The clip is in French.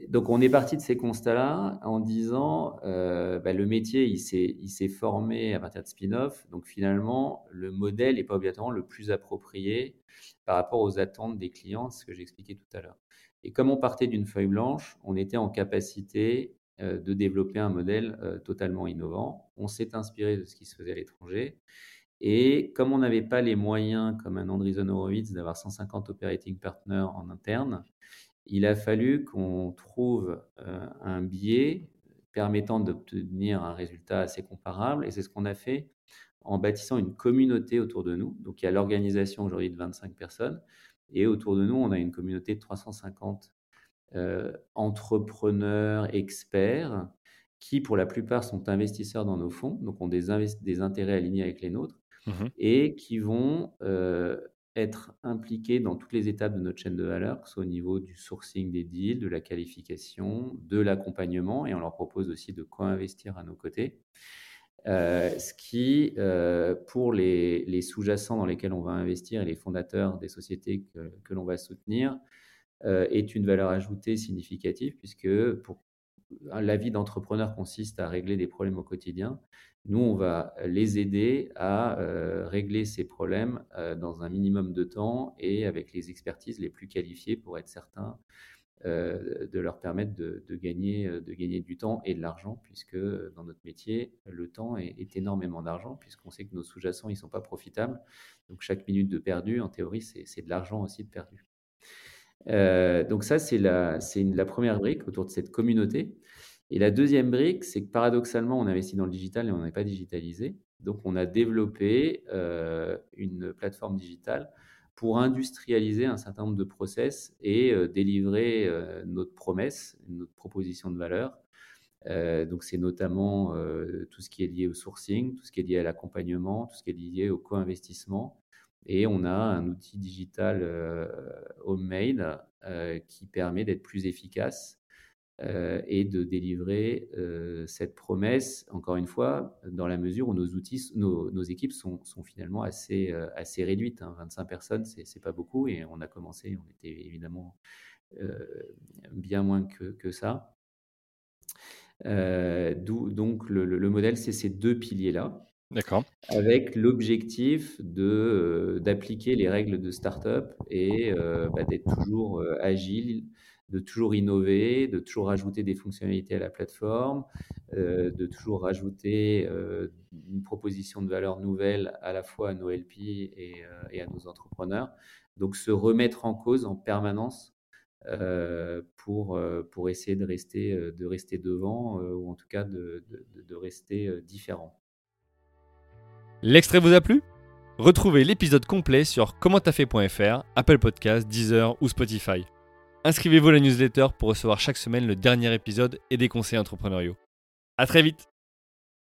Donc, on est parti de ces constats-là en disant, le métier, il s'est formé à partir de spin-off. Donc, finalement, le modèle n'est pas obligatoirement le plus approprié par rapport aux attentes des clients, ce que j'expliquais tout à l'heure. Et comme on partait d'une feuille blanche, on était en capacité de développer un modèle totalement innovant. On s'est inspiré de ce qui se faisait à l'étranger. Et comme on n'avait pas les moyens, comme un Andreessen Horowitz, d'avoir 150 operating partners en interne, il a fallu qu'on trouve un biais permettant d'obtenir un résultat assez comparable. Et c'est ce qu'on a fait en bâtissant une communauté autour de nous. Donc, il y a l'organisation aujourd'hui de 25 personnes. Et autour de nous, on a une communauté de 350 entrepreneurs, experts, qui pour la plupart sont investisseurs dans nos fonds, donc ont des intérêts alignés avec les nôtres, et qui vont être impliqués dans toutes les étapes de notre chaîne de valeur, que ce soit au niveau du sourcing des deals, de la qualification, de l'accompagnement, et on leur propose aussi de co-investir à nos côtés. Ce qui, pour les sous-jacents dans lesquels on va investir et les fondateurs des sociétés que l'on va soutenir, est une valeur ajoutée significative, puisque la vie d'entrepreneur consiste à régler des problèmes au quotidien. Nous, on va les aider à régler ces problèmes dans un minimum de temps et avec les expertises les plus qualifiées pour être certain de leur permettre de gagner du temps et de l'argent, puisque dans notre métier, le temps est énormément d'argent, puisqu'on sait que nos sous-jacents, ils ne sont pas profitables. Donc, chaque minute de perdu, en théorie, c'est de l'argent aussi de perdu. Donc ça, c'est la première brique autour de cette communauté. Et la deuxième brique, c'est que paradoxalement, on investit dans le digital et on n'est pas digitalisé. Donc, on a développé une plateforme digitale pour industrialiser un certain nombre de process et délivrer notre promesse, notre proposition de valeur. Donc, c'est notamment tout ce qui est lié au sourcing, tout ce qui est lié à l'accompagnement, tout ce qui est lié au co-investissement. Et on a un outil digital homemade qui permet d'être plus efficace et de délivrer cette promesse, encore une fois, dans la mesure où nos équipes sont finalement assez réduites. 25 personnes, c'est pas beaucoup, et on a commencé, on était évidemment bien moins que ça. Donc le modèle, c'est ces deux piliers-là. D'accord. Avec l'objectif d'appliquer les règles de start-up et d'être toujours agile, de toujours innover, de toujours rajouter des fonctionnalités à la plateforme, de toujours rajouter une proposition de valeur nouvelle à la fois à nos LP et à nos entrepreneurs. Donc, se remettre en cause en permanence pour essayer de rester devant ou en tout cas de rester différent. L'extrait vous a plu ? Retrouvez l'épisode complet sur commenttafait.fr, Apple Podcasts, Deezer ou Spotify. Inscrivez-vous à la newsletter pour recevoir chaque semaine le dernier épisode et des conseils entrepreneuriaux. À très vite.